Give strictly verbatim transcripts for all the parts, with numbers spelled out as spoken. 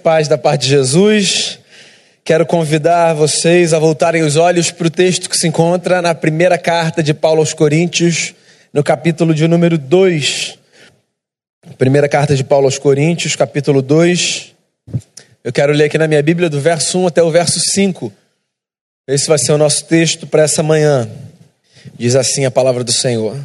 Paz da parte de Jesus. Quero convidar vocês a voltarem os olhos para o texto que se encontra na primeira carta de Paulo aos Coríntios, no capítulo de número dois. Primeira carta de Paulo aos Coríntios, capítulo dois. Eu quero ler aqui na minha Bíblia do verso um até o verso cinco. Esse vai ser o nosso texto para essa manhã. Diz assim a palavra do Senhor.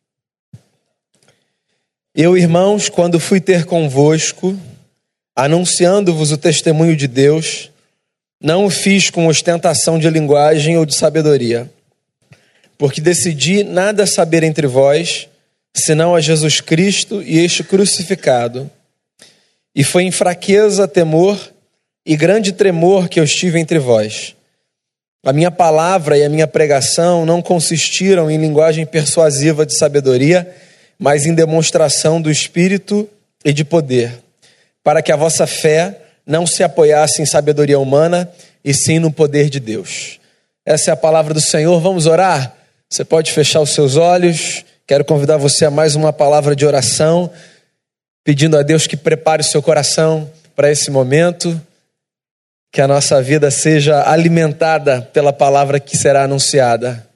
Eu, irmãos, quando fui ter convosco, anunciando-vos o testemunho de Deus, não o fiz com ostentação de linguagem ou de sabedoria, porque decidi nada saber entre vós, senão a Jesus Cristo e este crucificado. E foi em fraqueza, temor e grande tremor que eu estive entre vós. A minha palavra e a minha pregação não consistiram em linguagem persuasiva de sabedoria, mas em demonstração do Espírito e de poder, para que a vossa fé não se apoiasse em sabedoria humana, e sim no poder de Deus. Essa é a palavra do Senhor. Vamos orar? Você pode fechar os seus olhos. Quero convidar você a mais uma palavra de oração, pedindo a Deus que prepare o seu coração para esse momento, que a nossa vida seja alimentada pela palavra que será anunciada.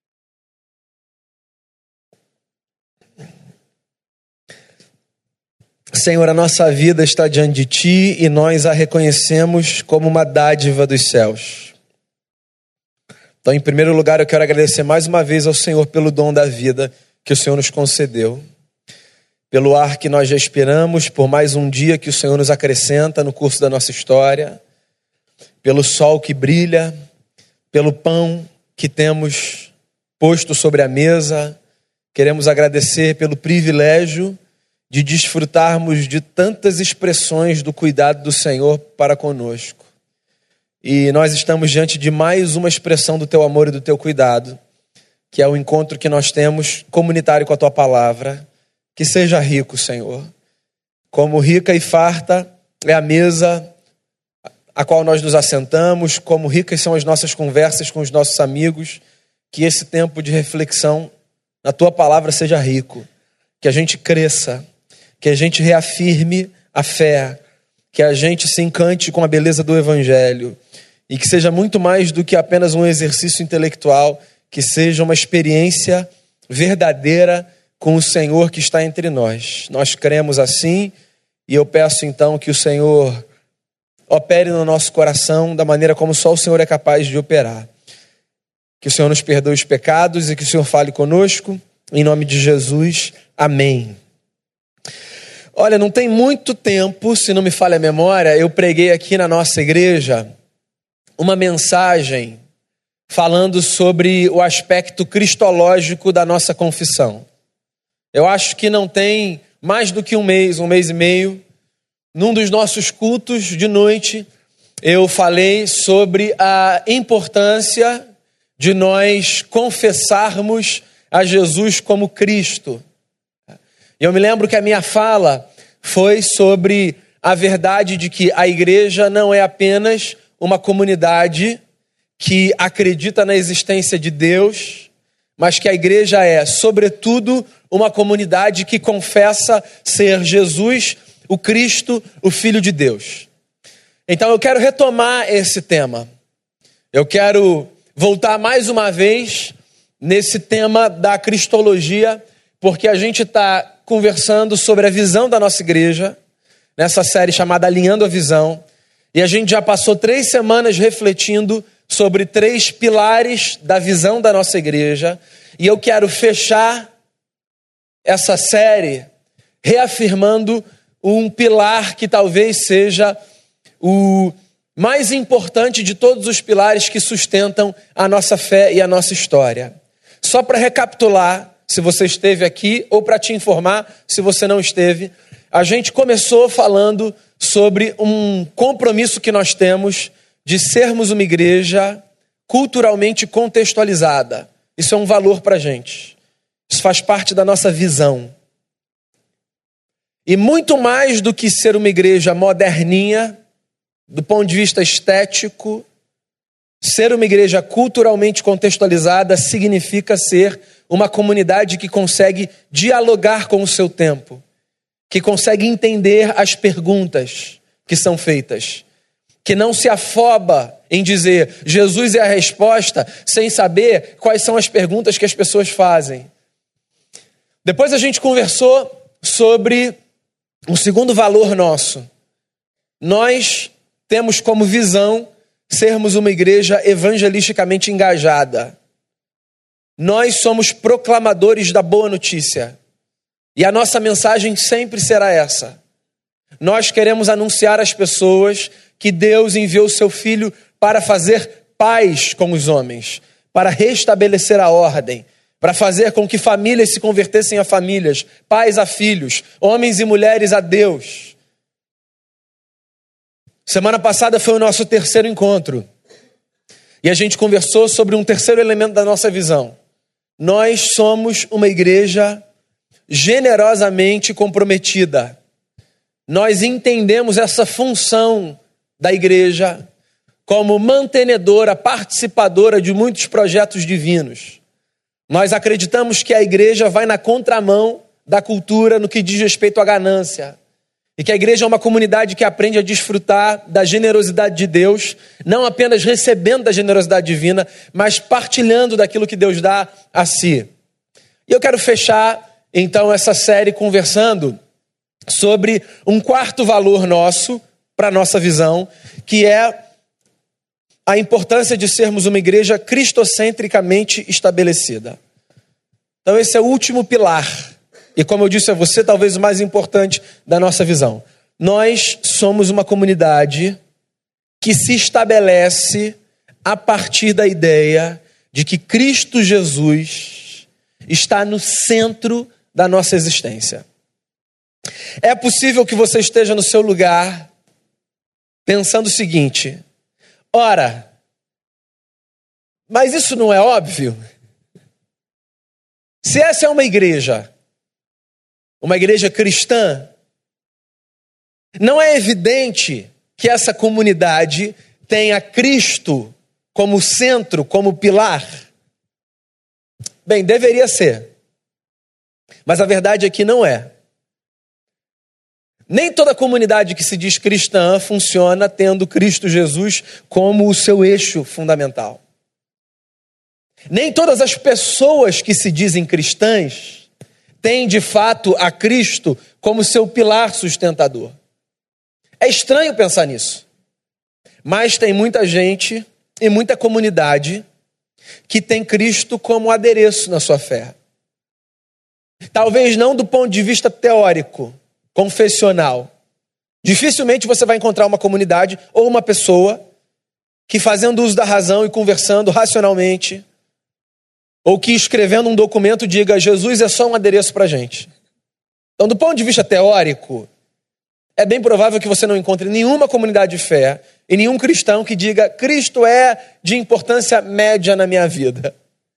Senhor, a nossa vida está diante de Ti e nós a reconhecemos como uma dádiva dos céus. Então, em primeiro lugar, eu quero agradecer mais uma vez ao Senhor pelo dom da vida que o Senhor nos concedeu, pelo ar que nós respiramos, por mais um dia que o Senhor nos acrescenta no curso da nossa história, pelo sol que brilha, pelo pão que temos posto sobre a mesa. Queremos agradecer pelo privilégio de desfrutarmos de tantas expressões do cuidado do Senhor para conosco. E nós estamos diante de mais uma expressão do Teu amor e do Teu cuidado, que é o encontro que nós temos comunitário com a Tua palavra. Que seja rico, Senhor. Como rica e farta é a mesa a qual nós nos assentamos, como ricas são as nossas conversas com os nossos amigos, que esse tempo de reflexão na Tua palavra seja rico, que a gente cresça, que a gente reafirme a fé, que a gente se encante com a beleza do Evangelho e que seja muito mais do que apenas um exercício intelectual, que seja uma experiência verdadeira com o Senhor que está entre nós. Nós cremos assim e eu peço então que o Senhor opere no nosso coração da maneira como só o Senhor é capaz de operar. Que o Senhor nos perdoe os pecados e que o Senhor fale conosco. Em nome de Jesus, amém. Olha, não tem muito tempo, se não me falha a memória, eu preguei aqui na nossa igreja uma mensagem falando sobre o aspecto cristológico da nossa confissão. Eu acho que não tem mais do que um mês, um mês e meio, num dos nossos cultos de noite, eu falei sobre a importância de nós confessarmos a Jesus como Cristo. E eu me lembro que a minha fala foi sobre a verdade de que a igreja não é apenas uma comunidade que acredita na existência de Deus, mas que a igreja é, sobretudo, uma comunidade que confessa ser Jesus, o Cristo, o Filho de Deus. Então eu quero retomar esse tema. Eu quero voltar mais uma vez nesse tema da cristologia, porque a gente está conversando sobre a visão da nossa igreja, nessa série chamada Alinhando a Visão, e a gente já passou três semanas refletindo sobre três pilares da visão da nossa igreja, e eu quero fechar essa série reafirmando um pilar que talvez seja o mais importante de todos os pilares que sustentam a nossa fé e a nossa história. Só para recapitular, se você esteve aqui, ou para te informar, se você não esteve, a gente começou falando sobre um compromisso que nós temos de sermos uma igreja culturalmente contextualizada. Isso é um valor para a gente. Isso faz parte da nossa visão. E muito mais do que ser uma igreja moderninha, do ponto de vista estético, ser uma igreja culturalmente contextualizada significa ser uma comunidade que consegue dialogar com o seu tempo, que consegue entender as perguntas. que são feitas, que não se afoba em dizer Jesus é a resposta, sem saber quais são as perguntas que as pessoas fazem. Depois a gente conversou sobre um segundo valor nosso. Nós temos como visão sermos uma igreja evangelisticamente engajada. Nós somos proclamadores da boa notícia. E a nossa mensagem sempre será essa. Nós queremos anunciar às pessoas que Deus enviou o seu Filho para fazer paz com os homens, para restabelecer a ordem, para fazer com que famílias se convertessem a famílias, pais a filhos, homens e mulheres a Deus. Semana passada foi o nosso terceiro encontro. E a gente conversou sobre um terceiro elemento da nossa visão. Nós somos uma igreja generosamente comprometida. Nós entendemos essa função da igreja como mantenedora, participadora de muitos projetos divinos. Nós acreditamos que a igreja vai na contramão da cultura no que diz respeito à ganância. E que a igreja é uma comunidade que aprende a desfrutar da generosidade de Deus, não apenas recebendo da generosidade divina, mas partilhando daquilo que Deus dá a si. E eu quero fechar, então, essa série conversando sobre um quarto valor nosso, para a nossa visão, que é a importância de sermos uma igreja cristocentricamente estabelecida. Então esse é o último pilar. E como eu disse a você, talvez o mais importante da nossa visão. Nós somos uma comunidade que se estabelece a partir da ideia de que Cristo Jesus está no centro da nossa existência. É possível que você esteja no seu lugar pensando o seguinte: ora, mas isso não é óbvio? Se essa é uma igreja, uma igreja cristã, não é evidente que essa comunidade tenha Cristo como centro, como pilar? Bem, deveria ser. Mas a verdade é que não é. Nem toda comunidade que se diz cristã funciona tendo Cristo Jesus como o seu eixo fundamental. Nem todas as pessoas que se dizem cristãs têm de fato a Cristo como seu pilar sustentador. É estranho pensar nisso. Mas tem muita gente e muita comunidade que tem Cristo como adereço na sua fé. Talvez não do ponto de vista teórico, confessional. Dificilmente você vai encontrar uma comunidade ou uma pessoa que, fazendo uso da razão e conversando racionalmente, ou que escrevendo um documento diga Jesus é só um adereço para a gente. Então, do ponto de vista teórico, é bem provável que você não encontre nenhuma comunidade de fé e nenhum cristão que diga Cristo é de importância média na minha vida.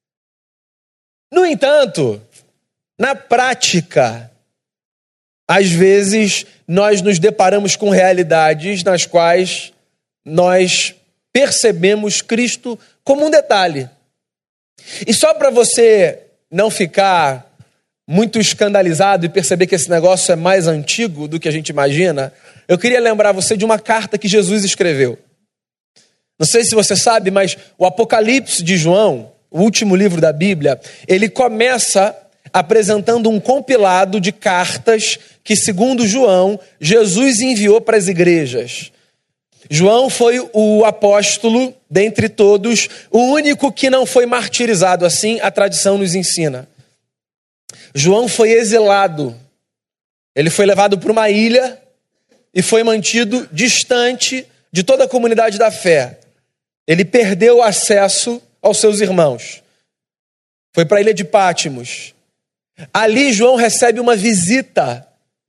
No entanto, na prática, às vezes nós nos deparamos com realidades nas quais nós percebemos Cristo como um detalhe. E só para você não ficar muito escandalizado e perceber que esse negócio é mais antigo do que a gente imagina, eu queria lembrar você de uma carta que Jesus escreveu. Não sei se você sabe, mas o Apocalipse de João, o último livro da Bíblia, ele começa apresentando um compilado de cartas que, segundo João, Jesus enviou para as igrejas. João foi o apóstolo, dentre todos, o único que não foi martirizado, assim a tradição nos ensina. João foi exilado. Ele foi levado para uma ilha e foi mantido distante de toda a comunidade da fé. Ele perdeu o acesso aos seus irmãos. Foi para a ilha de Pátimos. Ali João recebe uma visita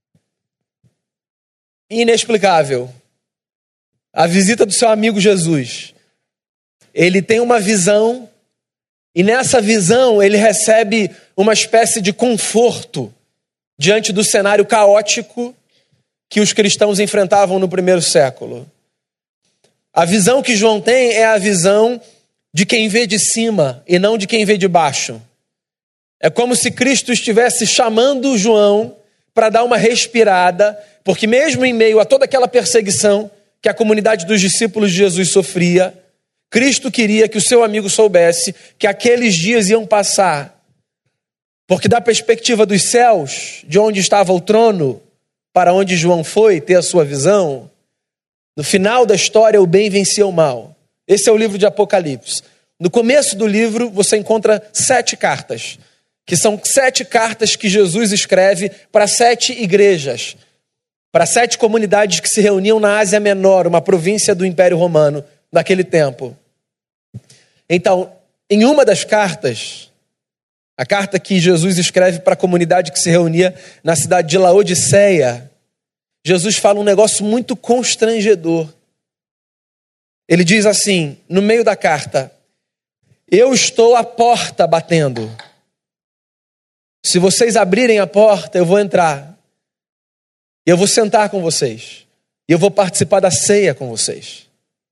inexplicável. A visita do seu amigo Jesus. Ele tem uma visão e nessa visão ele recebe uma espécie de conforto diante do cenário caótico que os cristãos enfrentavam no primeiro século. A visão que João tem é a visão de quem vê de cima e não de quem vê de baixo. É como se Cristo estivesse chamando João para dar uma respirada, Porque mesmo em meio a toda aquela perseguição que a comunidade dos discípulos de Jesus sofria, Cristo queria que o seu amigo soubesse que aqueles dias iam passar. Porque da perspectiva dos céus, de onde estava o trono, para onde João foi ter a sua visão, no final da história o bem vencia o mal. Esse é o livro de Apocalipse. No começo do livro você encontra sete cartas, que são sete cartas que Jesus escreve para sete igrejas, para sete comunidades que se reuniam na Ásia Menor, uma província do Império Romano naquele tempo. Então, em uma das cartas, a carta que Jesus escreve para a comunidade que se reunia na cidade de Laodiceia, Jesus fala um negócio muito constrangedor. Ele diz assim, no meio da carta: eu estou à porta batendo. Se vocês abrirem a porta, eu vou entrar. E eu vou sentar com vocês. E eu vou participar da ceia com vocês.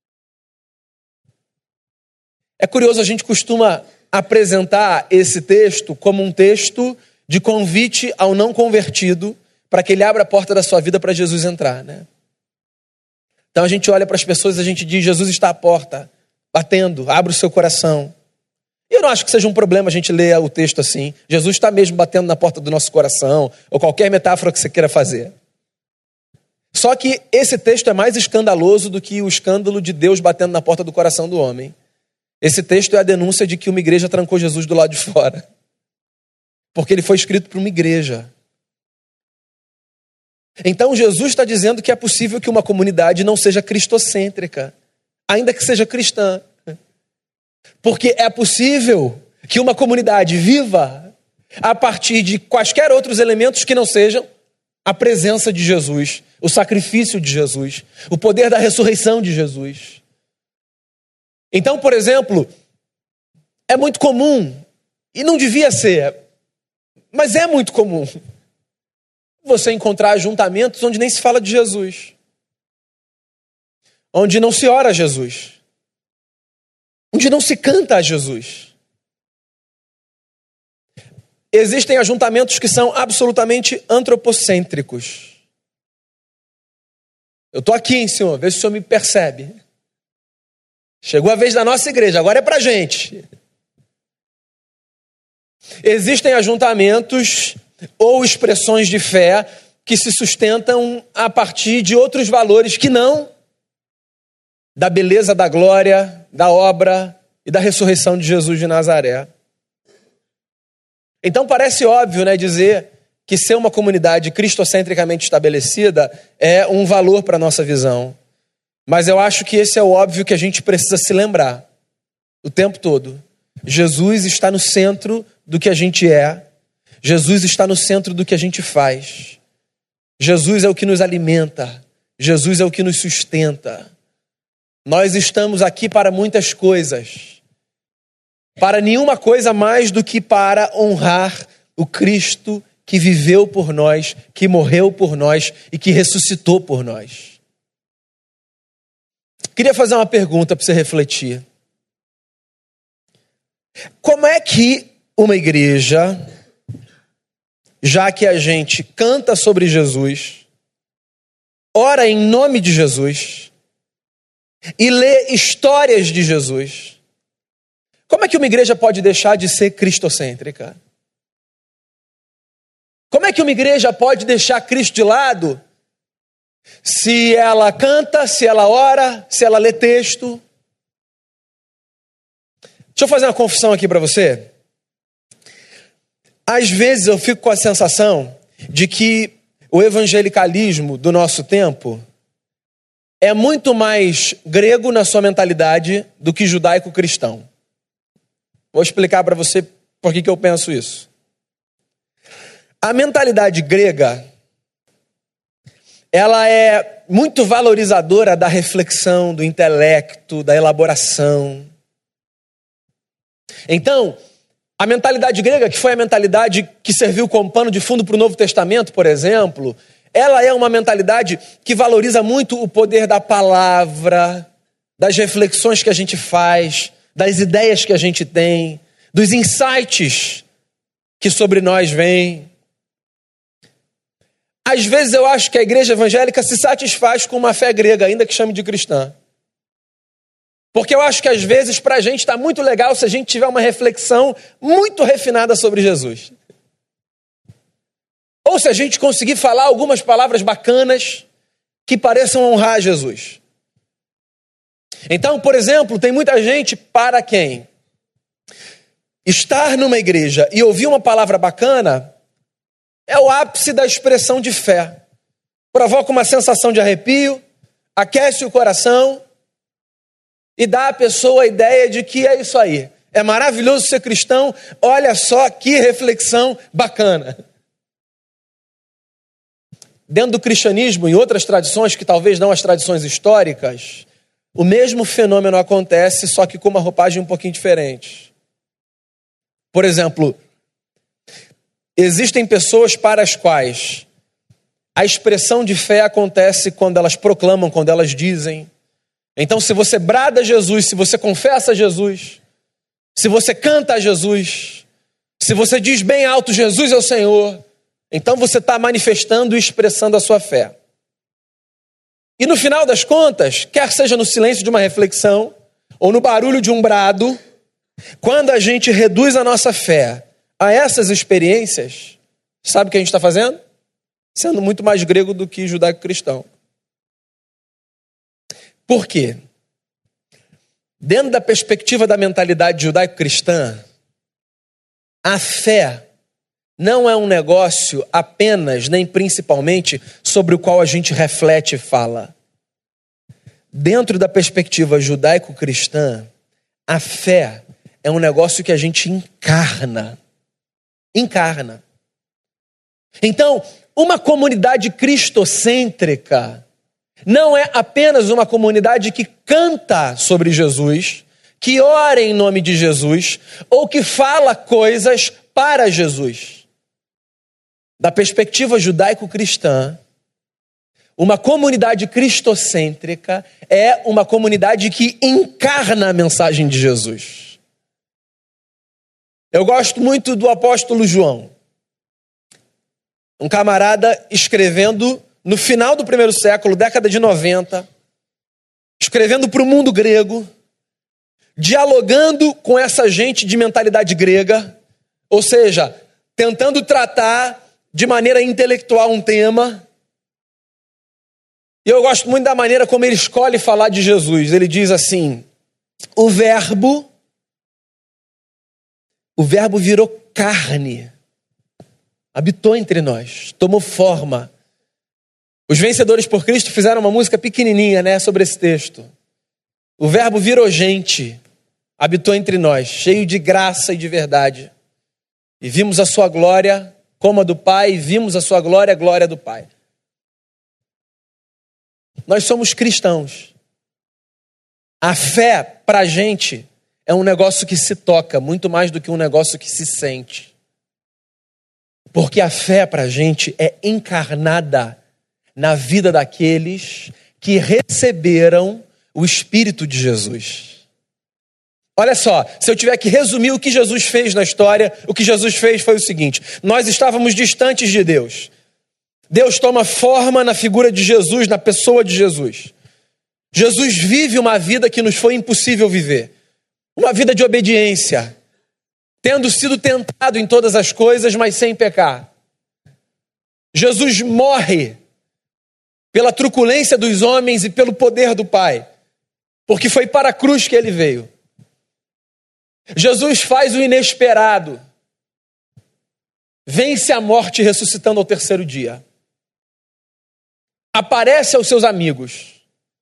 É curioso, a gente costuma apresentar esse texto como um texto de convite ao não convertido para que ele abra a porta da sua vida para Jesus entrar, né? Então a gente olha para as pessoas e a gente diz: Jesus está à porta, batendo, abre o seu coração. E eu não acho que seja um problema a gente ler o texto assim. Jesus está mesmo batendo na porta do nosso coração, ou qualquer metáfora que você queira fazer. Só que esse texto é mais escandaloso do que o escândalo de Deus batendo na porta do coração do homem. Esse texto é a denúncia de que uma igreja trancou Jesus do lado de fora. Porque ele foi escrito para uma igreja. Então Jesus está dizendo que é possível que uma comunidade não seja cristocêntrica, ainda que seja cristã. Porque é possível que uma comunidade viva a partir de quaisquer outros elementos que não sejam a presença de Jesus, o sacrifício de Jesus, o poder da ressurreição de Jesus. Então, por exemplo, é muito comum, e não devia ser, mas é muito comum, você encontrar ajuntamentos onde nem se fala de Jesus, onde não se ora a Jesus, onde não se canta a Jesus. Existem ajuntamentos que são absolutamente antropocêntricos. Eu estou aqui, hein, Senhor, vê se o Senhor me percebe. Chegou a vez da nossa igreja, agora é pra gente. Existem ajuntamentos ou expressões de fé que se sustentam a partir de outros valores que não da beleza, da glória, da obra e da ressurreição de Jesus de Nazaré. Então parece óbvio, né, dizer que ser uma comunidade cristocentricamente estabelecida é um valor para a nossa visão. Mas eu acho que esse é o óbvio que a gente precisa se lembrar o tempo todo. Jesus está no centro do que a gente é. Jesus está no centro do que a gente faz. Jesus é o que nos alimenta. Jesus é o que nos sustenta. Nós estamos aqui para muitas coisas. Para nenhuma coisa mais do que para honrar o Cristo que viveu por nós, que morreu por nós e que ressuscitou por nós. Queria fazer uma pergunta para você refletir. Como é que uma igreja, já que a gente canta sobre Jesus, ora em nome de Jesus e lê histórias de Jesus, como é que uma igreja pode deixar de ser cristocêntrica? Como é que uma igreja pode deixar Cristo de lado se ela canta, se ela ora, se ela lê texto? Deixa eu fazer uma confissão aqui para você. Às vezes eu fico com a sensação de que o evangelicalismo do nosso tempo é muito mais grego na sua mentalidade do que judaico-cristão. Vou explicar para você por que que eu penso isso. A mentalidade grega, ela é muito valorizadora da reflexão, do intelecto, da elaboração. Então, a mentalidade grega, que foi a mentalidade que serviu como pano de fundo para o Novo Testamento, por exemplo, ela é uma mentalidade que valoriza muito o poder da palavra, das reflexões que a gente faz, das ideias que a gente tem, dos insights que sobre nós vêm. Às vezes eu acho que a igreja evangélica se satisfaz com uma fé grega, ainda que chame de cristã. Porque eu acho que às vezes para a gente está muito legal se a gente tiver uma reflexão muito refinada sobre Jesus. Ou se a gente conseguir falar algumas palavras bacanas que pareçam honrar Jesus. Então, por exemplo, tem muita gente para quem estar numa igreja e ouvir uma palavra bacana é o ápice da expressão de fé. Provoca uma sensação de arrepio, aquece o coração e dá à pessoa a ideia de que é isso aí. É maravilhoso ser cristão, olha só que reflexão bacana. Dentro do cristianismo e outras tradições, que talvez não as tradições históricas, o mesmo fenômeno acontece, só que com uma roupagem um pouquinho diferente. Por exemplo, existem pessoas para as quais a expressão de fé acontece quando elas proclamam, quando elas dizem. Então, se você brada a Jesus, se você confessa a Jesus, se você canta a Jesus, se você diz bem alto, Jesus é o Senhor, então você está manifestando e expressando a sua fé. E no final das contas, quer seja no silêncio de uma reflexão, ou no barulho de um brado, quando a gente reduz a nossa fé a essas experiências, sabe o que a gente está fazendo? Sendo muito mais grego do que judaico-cristão. Por quê? Dentro da perspectiva da mentalidade judaico-cristã, a fé não é um negócio apenas, nem principalmente, sobre o qual a gente reflete e fala. Dentro da perspectiva judaico-cristã, a fé é um negócio que a gente encarna. Encarna. Então, uma comunidade cristocêntrica não é apenas uma comunidade que canta sobre Jesus, que ora em nome de Jesus, ou que fala coisas para Jesus. Da perspectiva judaico-cristã, uma comunidade cristocêntrica é uma comunidade que encarna a mensagem de Jesus. Eu gosto muito do apóstolo João, um camarada escrevendo no final do primeiro século, década de noventa, escrevendo para o mundo grego, dialogando com essa gente de mentalidade grega, ou seja, tentando tratar de maneira intelectual um tema. E eu gosto muito da maneira como ele escolhe falar de Jesus. Ele diz assim: o verbo, o verbo virou carne, habitou entre nós, tomou forma. Os Vencedores por Cristo fizeram uma música pequenininha, né, sobre esse texto. O verbo virou gente, habitou entre nós, cheio de graça e de verdade. E vimos a sua glória como a do Pai, vimos a sua glória, a glória do Pai. Nós somos cristãos. A fé, para a gente, é um negócio que se toca, muito mais do que um negócio que se sente. Porque a fé, para a gente, é encarnada na vida daqueles que receberam o Espírito de Jesus. Olha só, se eu tiver que resumir o que Jesus fez na história, o que Jesus fez foi o seguinte: nós estávamos distantes de Deus. Deus toma forma na figura de Jesus, na pessoa de Jesus. Jesus vive uma vida que nos foi impossível viver. Uma vida de obediência, tendo sido tentado em todas as coisas, mas sem pecar. Jesus morre pela truculência dos homens e pelo poder do Pai, porque foi para a cruz que ele veio. Jesus faz o inesperado, vence a morte ressuscitando ao terceiro dia. Aparece aos seus amigos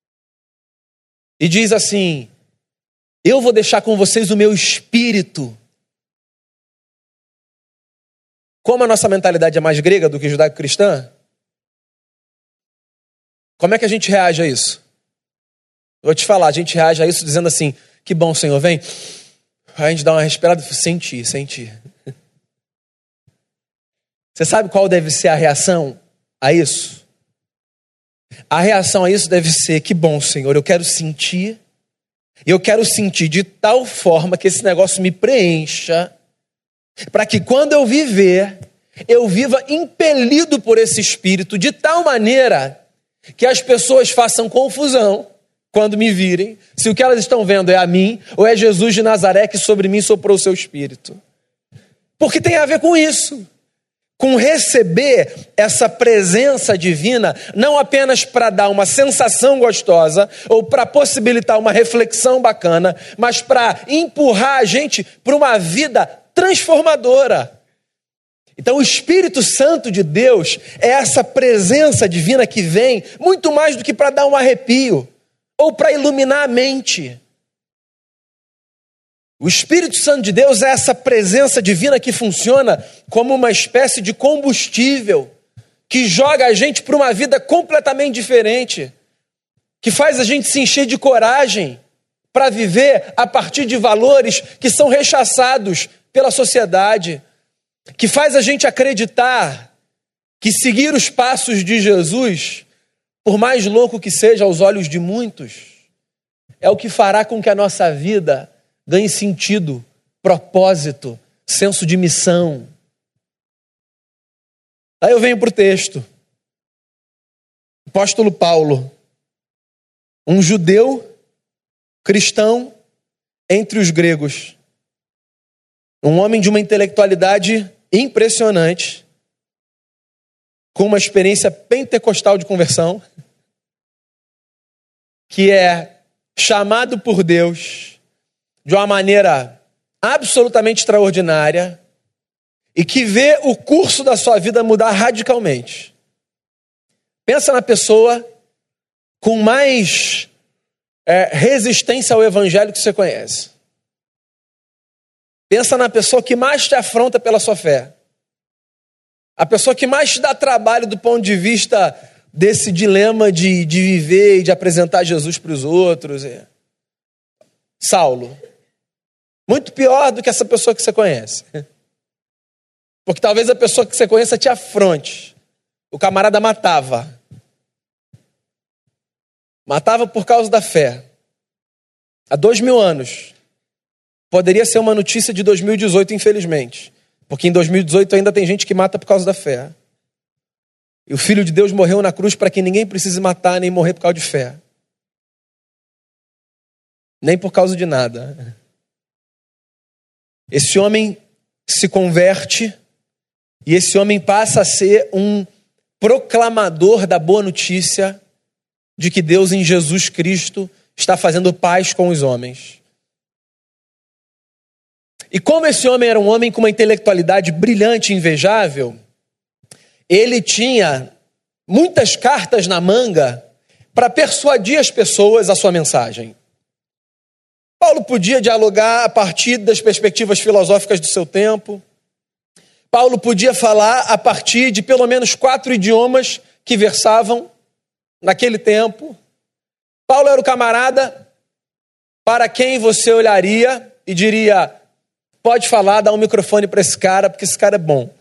e diz assim: eu vou deixar com vocês o meu espírito. Como a nossa mentalidade é mais grega do que judaico-cristã, como é que a gente reage a isso? Vou te falar, a gente reage a isso dizendo assim: que bom, Senhor, vem. Aí a gente dá uma respirada, senti, senti. Você sabe qual deve ser a reação a isso? A reação a isso deve ser: que bom, Senhor, eu quero sentir, e eu quero sentir de tal forma que esse negócio me preencha, para que quando eu viver, eu viva impelido por esse Espírito de tal maneira que as pessoas façam confusão quando me virem, se o que elas estão vendo é a mim ou é Jesus de Nazaré que sobre mim soprou o seu Espírito. Porque tem a ver com isso, com receber essa presença divina, não apenas para dar uma sensação gostosa ou para possibilitar uma reflexão bacana, mas para empurrar a gente para uma vida transformadora. Então o Espírito Santo de Deus é essa presença divina que vem muito mais do que para dar um arrepio ou para iluminar a mente. O Espírito Santo de Deus é essa presença divina que funciona como uma espécie de combustível que joga a gente para uma vida completamente diferente, que faz a gente se encher de coragem para viver a partir de valores que são rechaçados pela sociedade, que faz a gente acreditar que seguir os passos de Jesus, por mais louco que seja aos olhos de muitos, é o que fará com que a nossa vida ganhe sentido, propósito, senso de missão. Aí eu venho para o texto. Apóstolo Paulo, um judeu cristão entre os gregos, um homem de uma intelectualidade impressionante, com uma experiência pentecostal de conversão, que é chamado por Deus de uma maneira absolutamente extraordinária e que vê o curso da sua vida mudar radicalmente. Pensa na pessoa com mais é, resistência ao evangelho que você conhece. Pensa na pessoa que mais te afronta pela sua fé. A pessoa que mais te dá trabalho do ponto de vista desse dilema de, de viver e de apresentar Jesus para os outros. É. Saulo. Muito pior do que essa pessoa que você conhece. Porque talvez a pessoa que você conheça te afronte. O camarada matava. Matava por causa da fé. Há dois mil anos. Poderia ser uma notícia de dois mil e dezoito, infelizmente. Porque em dois mil e dezoito ainda tem gente que mata por causa da fé. E o Filho de Deus morreu na cruz para que ninguém precise matar nem morrer por causa de fé. Nem por causa de nada. Esse homem se converte e esse homem passa a ser um proclamador da boa notícia de que Deus em Jesus Cristo está fazendo paz com os homens. E como esse homem era um homem com uma intelectualidade brilhante e invejável, ele tinha muitas cartas na manga para persuadir as pessoas a sua mensagem. Paulo podia dialogar a partir das perspectivas filosóficas do seu tempo. Paulo podia falar a partir de pelo menos quatro idiomas que versavam naquele tempo. Paulo era o camarada para quem você olharia e diria: pode falar, dá um microfone para esse cara, porque esse cara é bom.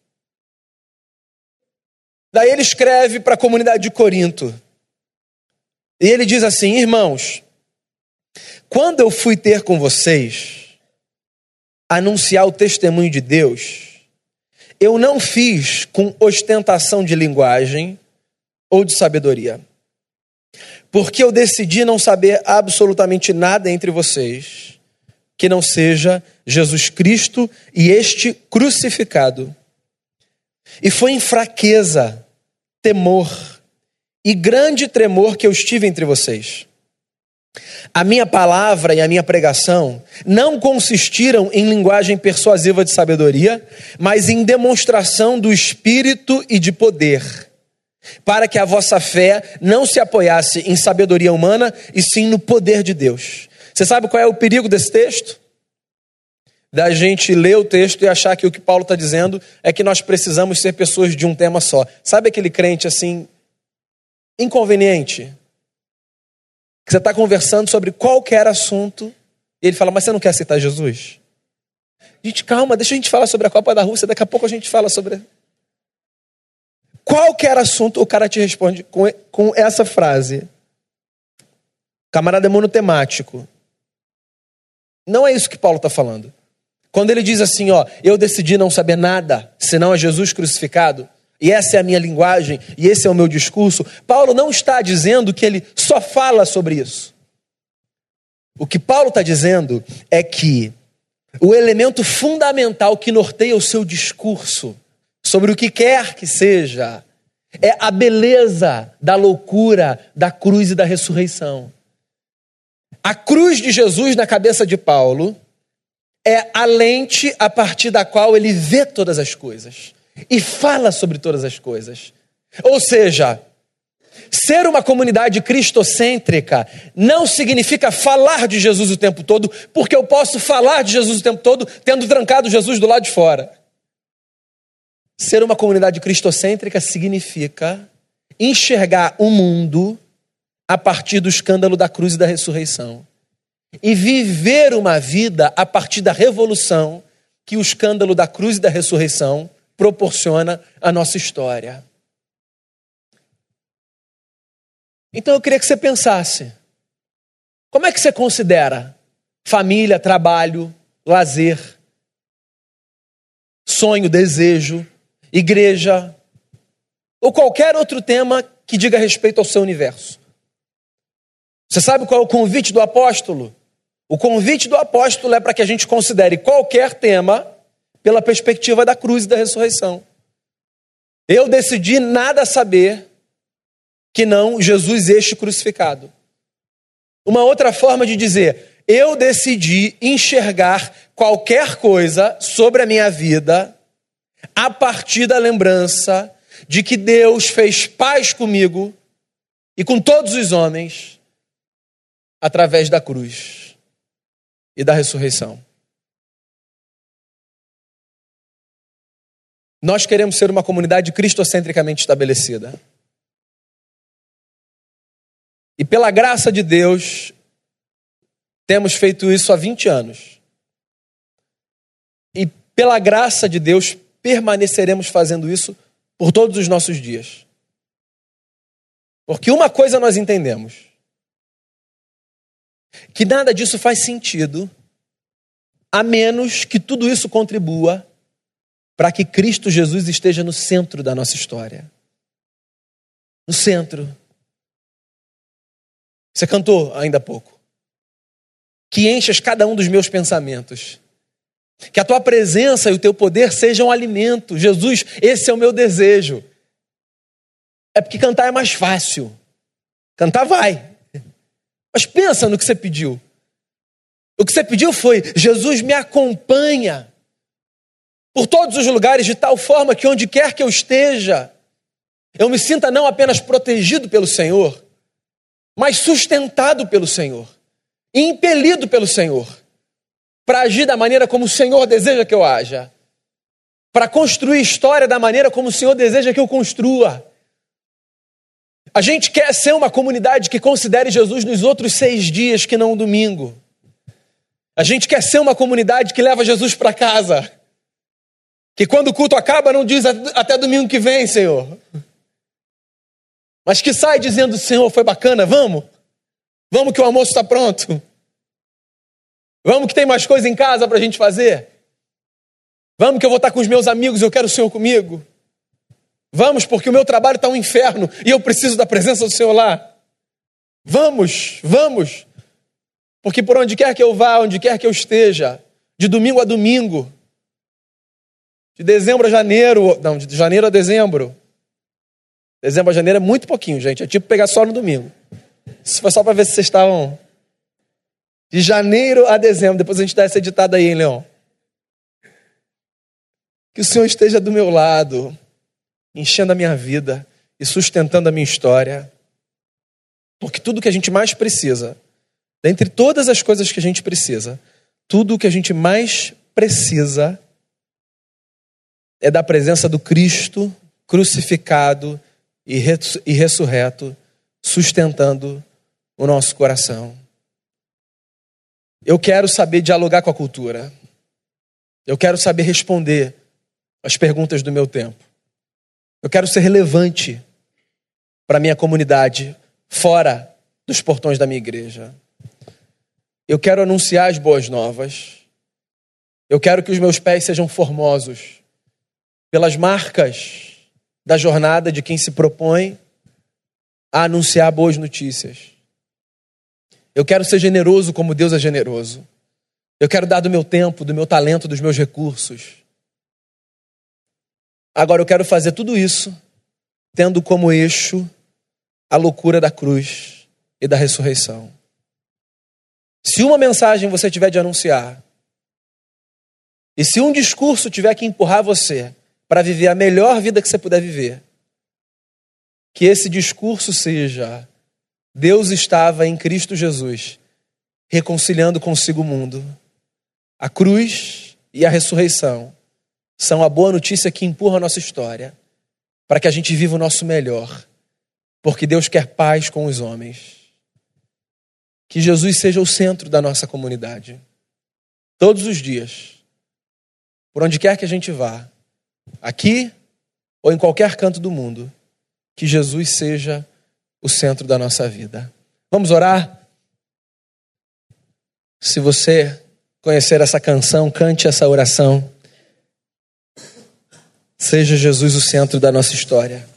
Daí ele escreve para a comunidade de Corinto. E ele diz assim: irmãos, quando eu fui ter com vocês, anunciar o testemunho de Deus, eu não fiz com ostentação de linguagem ou de sabedoria. Porque eu decidi não saber absolutamente nada entre vocês que não seja Jesus Cristo e este crucificado. E foi em fraqueza, temor e grande tremor que eu estive entre vocês. A minha palavra e a minha pregação não consistiram em linguagem persuasiva de sabedoria, mas em demonstração do Espírito e de poder, para que a vossa fé não se apoiasse em sabedoria humana, e sim no poder de Deus. Você sabe qual é o perigo desse texto? Da gente ler o texto e achar que o que Paulo está dizendo é que nós precisamos ser pessoas de um tema só. Sabe aquele crente assim, inconveniente? Que você está conversando sobre qualquer assunto e ele fala: mas você não quer aceitar Jesus? Gente, calma, deixa a gente falar sobre a Copa da Rússia, daqui a pouco a gente fala sobre... Qualquer assunto, o cara te responde com, com essa frase. Camarada é monotemático. Não é isso que Paulo está falando. Quando ele diz assim, ó, eu decidi não saber nada, senão a Jesus crucificado, e essa é a minha linguagem, e esse é o meu discurso, Paulo não está dizendo que ele só fala sobre isso. O que Paulo está dizendo é que o elemento fundamental que norteia o seu discurso, sobre o que quer que seja, é a beleza da loucura da cruz e da ressurreição. A cruz de Jesus na cabeça de Paulo é a lente a partir da qual ele vê todas as coisas e fala sobre todas as coisas. Ou seja, ser uma comunidade cristocêntrica não significa falar de Jesus o tempo todo, porque eu posso falar de Jesus o tempo todo tendo trancado Jesus do lado de fora. Ser uma comunidade cristocêntrica significa enxergar o mundo a partir do escândalo da cruz e da ressurreição. E viver uma vida a partir da revolução que o escândalo da cruz e da ressurreição proporciona à nossa história. Então eu queria que você pensasse, como é que você considera família, trabalho, lazer, sonho, desejo, igreja, ou qualquer outro tema que diga respeito ao seu universo? Você sabe qual é o convite do apóstolo? O convite do apóstolo é para que a gente considere qualquer tema pela perspectiva da cruz e da ressurreição. Eu decidi nada saber que não Jesus este crucificado. Uma outra forma de dizer, eu decidi enxergar qualquer coisa sobre a minha vida a partir da lembrança de que Deus fez paz comigo e com todos os homens através da cruz e da ressurreição. Nós queremos ser uma comunidade cristocentricamente estabelecida. E pela graça de Deus, temos feito isso há vinte anos. E pela graça de Deus, permaneceremos fazendo isso por todos os nossos dias. Porque uma coisa nós entendemos, que nada disso faz sentido, a menos que tudo isso contribua para que Cristo Jesus esteja no centro da nossa história. No centro. Você cantou ainda há pouco. Que enchas cada um dos meus pensamentos. Que a tua presença e o teu poder sejam alimento. Jesus, esse é o meu desejo. É porque cantar é mais fácil. Cantar vai. Mas pensa no que você pediu. O que você pediu foi, Jesus me acompanha por todos os lugares de tal forma que onde quer que eu esteja, eu me sinta não apenas protegido pelo Senhor, mas sustentado pelo Senhor, e impelido pelo Senhor, para agir da maneira como o Senhor deseja que eu haja, para construir história da maneira como o Senhor deseja que eu construa. A gente quer ser uma comunidade que considere Jesus nos outros seis dias que não o domingo. A gente quer ser uma comunidade que leva Jesus para casa, que quando o culto acaba não diz até domingo que vem, Senhor, mas que sai dizendo, Senhor, foi bacana, vamos? Vamos que o almoço está pronto. Vamos que tem mais coisa em casa para a gente fazer. Vamos que eu vou estar com os meus amigos e eu quero o Senhor comigo. Vamos porque o meu trabalho está um inferno e eu preciso da presença do Senhor lá. Vamos, vamos. Porque por onde quer que eu vá, onde quer que eu esteja, de domingo a domingo, de dezembro a janeiro, não, de janeiro a dezembro, dezembro a janeiro é muito pouquinho, gente. É tipo pegar só no domingo. Isso foi só para ver se vocês estavam... De janeiro a dezembro. Depois a gente dá essa editada aí, hein, Leão? Que o Senhor esteja do meu lado, enchendo a minha vida e sustentando a minha história. Porque tudo que a gente mais precisa, dentre todas as coisas que a gente precisa, tudo o que a gente mais precisa é da presença do Cristo crucificado e ressurreto, sustentando o nosso coração. Eu quero saber dialogar com a cultura. Eu quero saber responder as perguntas do meu tempo. Eu quero ser relevante para a minha comunidade, fora dos portões da minha igreja. Eu quero anunciar as boas novas. Eu quero que os meus pés sejam formosos pelas marcas da jornada de quem se propõe a anunciar boas notícias. Eu quero ser generoso como Deus é generoso. Eu quero dar do meu tempo, do meu talento, dos meus recursos. Agora eu quero fazer tudo isso tendo como eixo a loucura da cruz e da ressurreição. Se uma mensagem você tiver de anunciar, e se um discurso tiver que empurrar você para viver a melhor vida que você puder viver, que esse discurso seja: Deus estava em Cristo Jesus, reconciliando consigo o mundo. A cruz e a ressurreição são a boa notícia que empurra a nossa história para que a gente viva o nosso melhor, porque Deus quer paz com os homens. Que Jesus seja o centro da nossa comunidade. Todos os dias, por onde quer que a gente vá, aqui ou em qualquer canto do mundo, que Jesus seja o centro da nossa vida. Vamos orar? Se você conhecer essa canção, cante essa oração. Seja Jesus o centro da nossa história.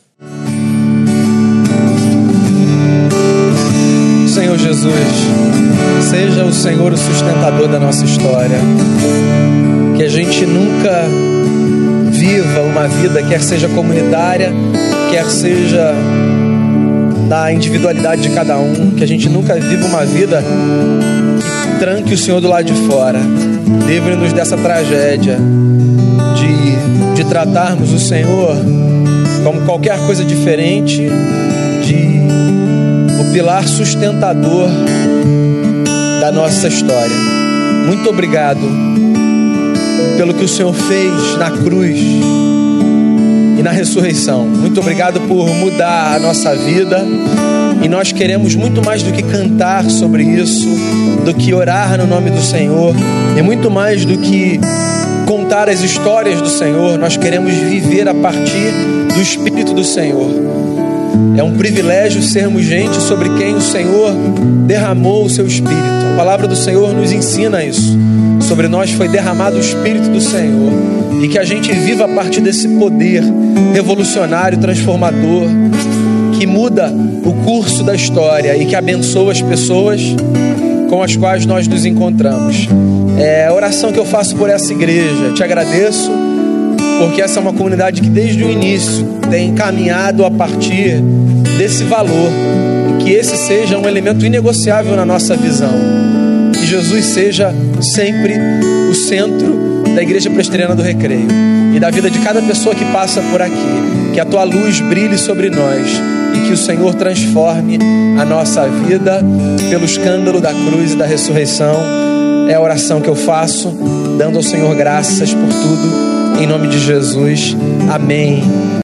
Senhor Jesus, seja o Senhor o sustentador da nossa história. Que a gente nunca viva uma vida, quer seja comunitária, quer seja da individualidade de cada um, que a gente nunca viva uma vida que tranque o Senhor do lado de fora. Livre-nos dessa tragédia de, de tratarmos o Senhor como qualquer coisa diferente de o pilar sustentador da nossa história. Muito obrigado pelo que o Senhor fez na cruz e na ressurreição. Muito obrigado por mudar a nossa vida. E nós queremos muito mais do que cantar sobre isso, do que orar no nome do Senhor, e muito mais do que contar as histórias do Senhor. Nós queremos viver a partir do Espírito do Senhor. É um privilégio sermos gente sobre quem o Senhor derramou o seu Espírito. A palavra do Senhor nos ensina isso. Sobre nós foi derramado o Espírito do Senhor. E que a gente viva a partir desse poder revolucionário, transformador, que muda o curso da história e que abençoa as pessoas com as quais nós nos encontramos. É a oração que eu faço por essa igreja. Te agradeço, porque essa é uma comunidade que desde o início tem caminhado a partir desse valor, e que esse seja um elemento inegociável na nossa visão. Que Jesus seja sempre o centro da Igreja Presbiteriana do Recreio e da vida de cada pessoa que passa por aqui. Que a tua luz brilhe sobre nós e que o Senhor transforme a nossa vida pelo escândalo da cruz e da ressurreição. É a oração que eu faço, dando ao Senhor graças por tudo. Em nome de Jesus. Amém.